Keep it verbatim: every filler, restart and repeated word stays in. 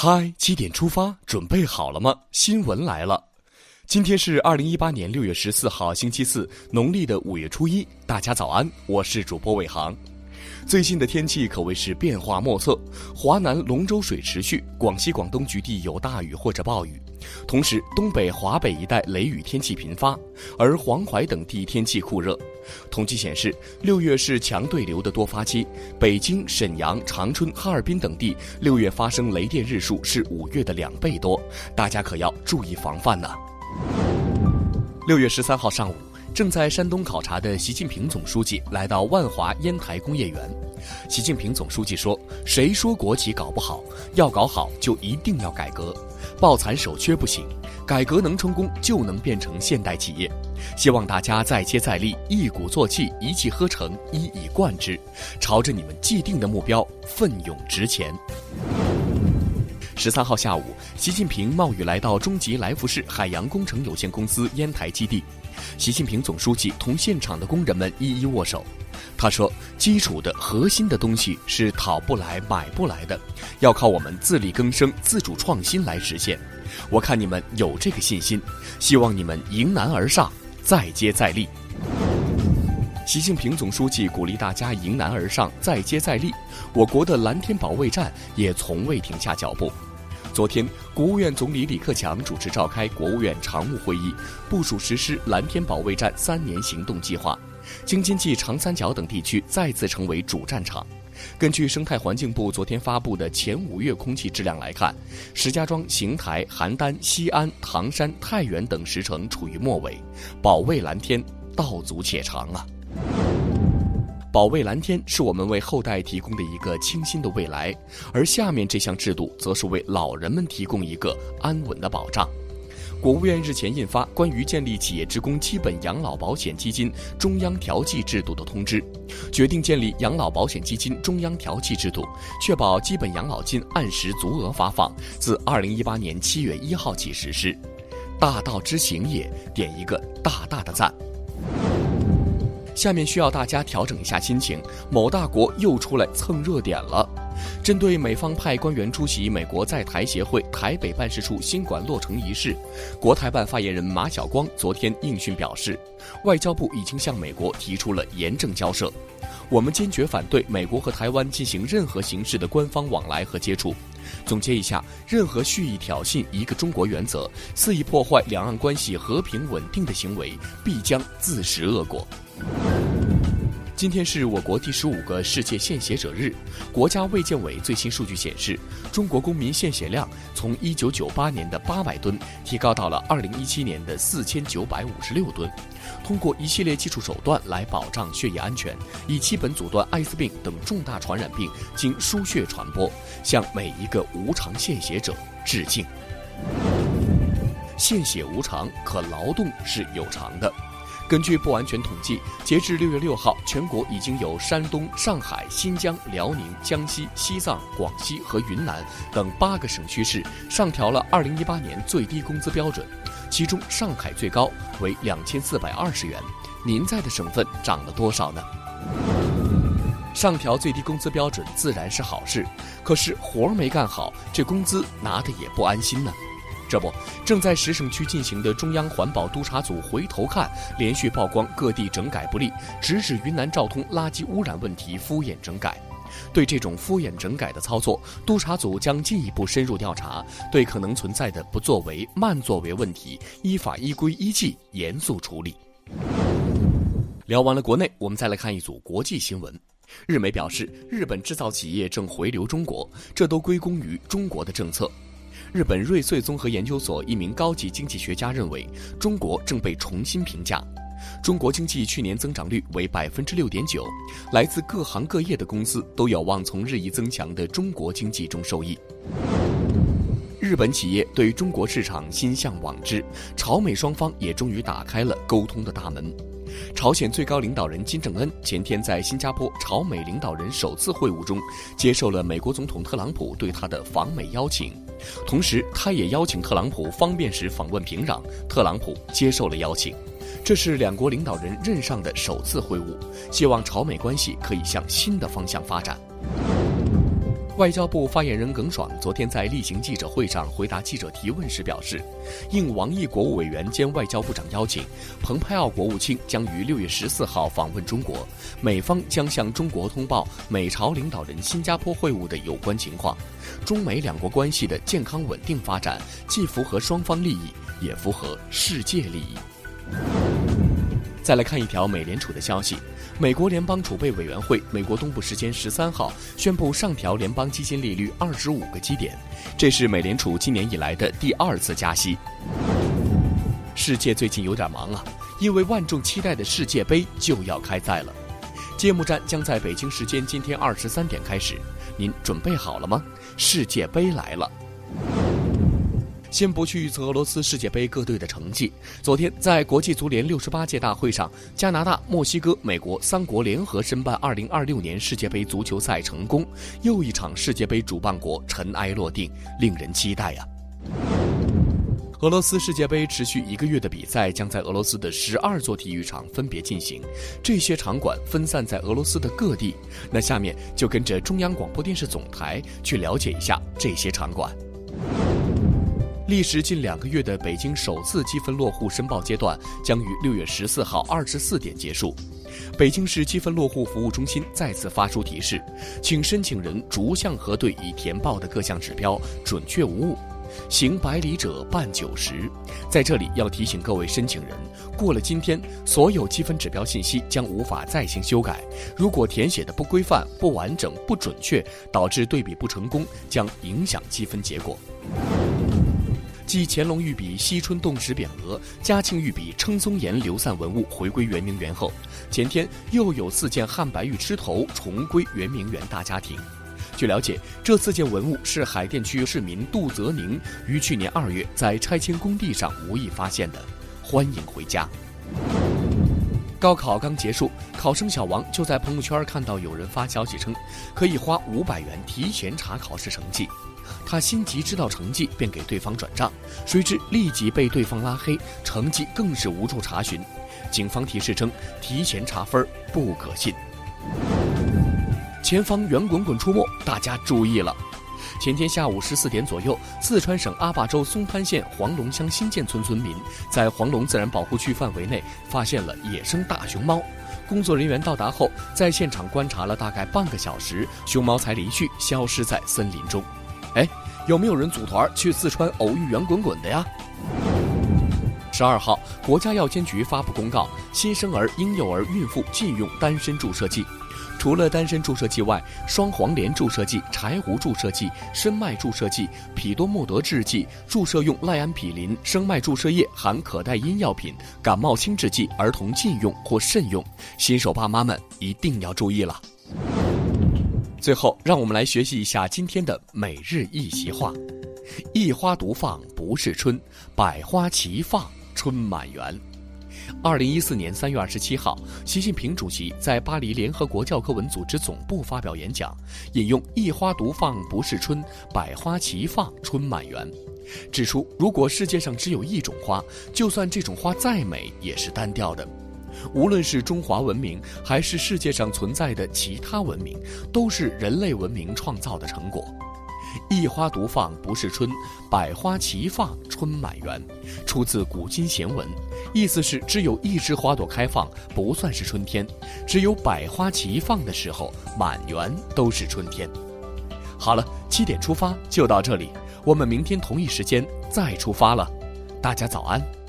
嗨，七点出发，准备好了吗？新闻来了。今天是二零一八年六月十四号，星期四，农历的五月初一。大家早安，我是主播伟航。最近的天气可谓是变化莫测，华南龙舟水持续，广西、广东局地有大雨或者暴雨，同时东北、华北一带雷雨天气频发，而黄淮等地天气酷热。统计显示，六月是强对流的多发期，北京、沈阳、长春、哈尔滨等地六月发生雷电日数是五月的两倍多，大家可要注意防范呢。六月十三号上午，正在山东考察的习近平总书记来到万华烟台工业园。习近平总书记说，谁说国企搞不好，要搞好就一定要改革，抱残守缺不行，改革能成功就能变成现代企业。希望大家再接再厉，一鼓作气，一气呵成，一以贯之，朝着你们既定的目标奋勇直前。十三号下午，习近平冒雨来到中集来福士海洋工程有限公司烟台基地，习近平总书记同现场的工人们一一握手。他说，基础的核心的东西是讨不来买不来的，要靠我们自力更生、自主创新来实现。我看你们有这个信心，希望你们迎难而上，再接再厉。习近平总书记鼓励大家迎难而上，再接再厉。我国的蓝天保卫战也从未停下脚步。昨天，国务院总理李克强主持召开国务院常务会议，部署实施蓝天保卫战三年行动计划。京津冀长三角等地区再次成为主战场。根据生态环境部昨天发布的前五月空气质量来看，石家庄、邢台、邯郸、西安、唐山、太原等十城处于末尾，保卫蓝天道阻且长啊！保卫蓝天是我们为后代提供的一个清新的未来，而下面这项制度则是为老人们提供一个安稳的保障。国务院日前印发关于建立企业职工基本养老保险基金中央调剂制度的通知，决定建立养老保险基金中央调剂制度，确保基本养老金按时足额发放，自二零一八年七月一号起实施。大道之行也，点一个大大的赞。下面需要大家调整一下心情，某大国又出来蹭热点了。针对美方派官员出席美国在台协会台北办事处新馆落成仪式，国台办发言人马晓光昨天应讯表示，外交部已经向美国提出了严正交涉，我们坚决反对美国和台湾进行任何形式的官方往来和接触。总结一下，任何蓄意挑衅一个中国原则、肆意破坏两岸关系和平稳定的行为，必将自食恶果。今天是我国第十五个世界献血者日。国家卫健委最新数据显示，中国公民献血量从一九九八年的八百吨提高到了二零一七年的四千九百五十六吨。通过一系列技术手段来保障血液安全，以基本阻断艾滋病等重大传染病经输血传播，向每一个无偿献血者致敬。献血无偿，可劳动是有偿的。根据不完全统计，截至六月六号，全国已经有山东、上海、新疆、辽宁、江西、西藏、广西和云南等八个省区市上调了二零一八年最低工资标准，其中上海最高为两千四百二十元。您在的省份涨了多少呢？上调最低工资标准自然是好事，可是活儿没干好，这工资拿得也不安心呢。这不，正在十省区进行的中央环保督察组回头看连续曝光各地整改不力，直指云南昭通垃圾污染问题敷衍整改。对这种敷衍整改的操作，督察组将进一步深入调查，对可能存在的不作为、慢作为问题，依法依规依纪严肃处理。聊完了国内，我们再来看一组国际新闻。日媒表示，日本制造企业正回流中国，这都归功于中国的政策。日本瑞穗综合研究所一名高级经济学家认为，中国正被重新评价。中国经济去年增长率为百分之六点九，来自各行各业的公司都有望从日益增强的中国经济中受益。日本企业对中国市场心向往之，朝美双方也终于打开了沟通的大门。朝鲜最高领导人金正恩前天在新加坡朝美领导人首次会晤中，接受了美国总统特朗普对他的访美邀请，同时他也邀请特朗普方便时访问平壤，特朗普接受了邀请。这是两国领导人任上的首次会晤，希望朝美关系可以向新的方向发展。 外交部发言人耿爽昨天在例行记者会上回答记者提问时表示，应王毅国务委员兼外交部长邀请，蓬佩奥国务卿将于六月十四号访问中国，美方将向中国通报美朝领导人新加坡会晤的有关情况。中美两国关系的健康稳定发展，既符合双方利益，也符合世界利益。再来看一条美联储的消息，美国联邦储备委员会美国东部时间十三号宣布上调联邦基金利率二十五个基点，这是美联储今年以来的第二次加息。世界最近有点忙啊，因为万众期待的世界杯就要开赛了。揭幕战将在北京时间今天二十三点开始，您准备好了吗？世界杯来了。先不去预测俄罗斯世界杯各队的成绩，昨天在国际足联六十八届大会上，加拿大、墨西哥、美国三国联合申办二零二六年世界杯足球赛成功，又一场世界杯主办国尘埃落定，令人期待呀、啊。俄罗斯世界杯持续一个月的比赛将在俄罗斯的十二座体育场分别进行，这些场馆分散在俄罗斯的各地。那下面就跟着中央广播电视总台去了解一下这些场馆。历时近两个月的北京首次积分落户申报阶段将于六月十四号二十四点结束。北京市积分落户服务中心再次发出提示，请申请人逐项核对已填报的各项指标，准确无误。行百里者半九十。在这里要提醒各位申请人，过了今天，所有积分指标信息将无法再行修改。如果填写的不规范、不完整、不准确，导致对比不成功，将影响积分结果。继乾隆御笔惜春洞石匾额、嘉庆御笔称松岩流散文物回归圆明园后，前天又有四件汉白玉螭头重归圆明园大家庭。据了解，这四件文物是海淀区市民杜泽宁于去年二月在拆迁工地上无意发现的。欢迎回家。高考刚结束，考生小王就在朋友圈看到有人发消息称，可以花五百元提前查考试成绩。他心急知道成绩，便给对方转账，谁知立即被对方拉黑，成绩更是无处查询。警方提示称，提前查分不可信。前方圆滚滚出没，大家注意了！前天下午十四点左右，四川省阿坝州松潘县黄龙乡新建村村民在黄龙自然保护区范围内发现了野生大熊猫。工作人员到达后，在现场观察了大概半个小时，熊猫才离去，消失在森林中。哎，有没有人组团去四川偶遇圆滚滚的呀？十二号，国家药监局发布公告，新生儿、婴幼儿、孕妇禁用丹参注射剂。除了丹参注射剂外，双黄连注射剂、柴胡注射剂、深脉注射剂、匹多莫德制剂、注射用赖安匹林、生脉注射液含可待因药品、感冒清制剂，儿童禁用或慎用。新手爸妈们一定要注意了。最后，让我们来学习一下今天的每日一席话：一花独放不是春，百花齐放春满园。二零一四年三月二十七号，习近平主席在巴黎联合国教科文组织总部发表演讲，引用“一花独放不是春，百花齐放春满园”，指出如果世界上只有一种花，就算这种花再美，也是单调的。无论是中华文明，还是世界上存在的其他文明，都是人类文明创造的成果。一花独放不是春，百花齐放春满园，出自古今贤文，意思是只有一枝花朵开放不算是春天，只有百花齐放的时候，满园都是春天。好了，七点出发就到这里，我们明天同一时间再出发了，大家早安。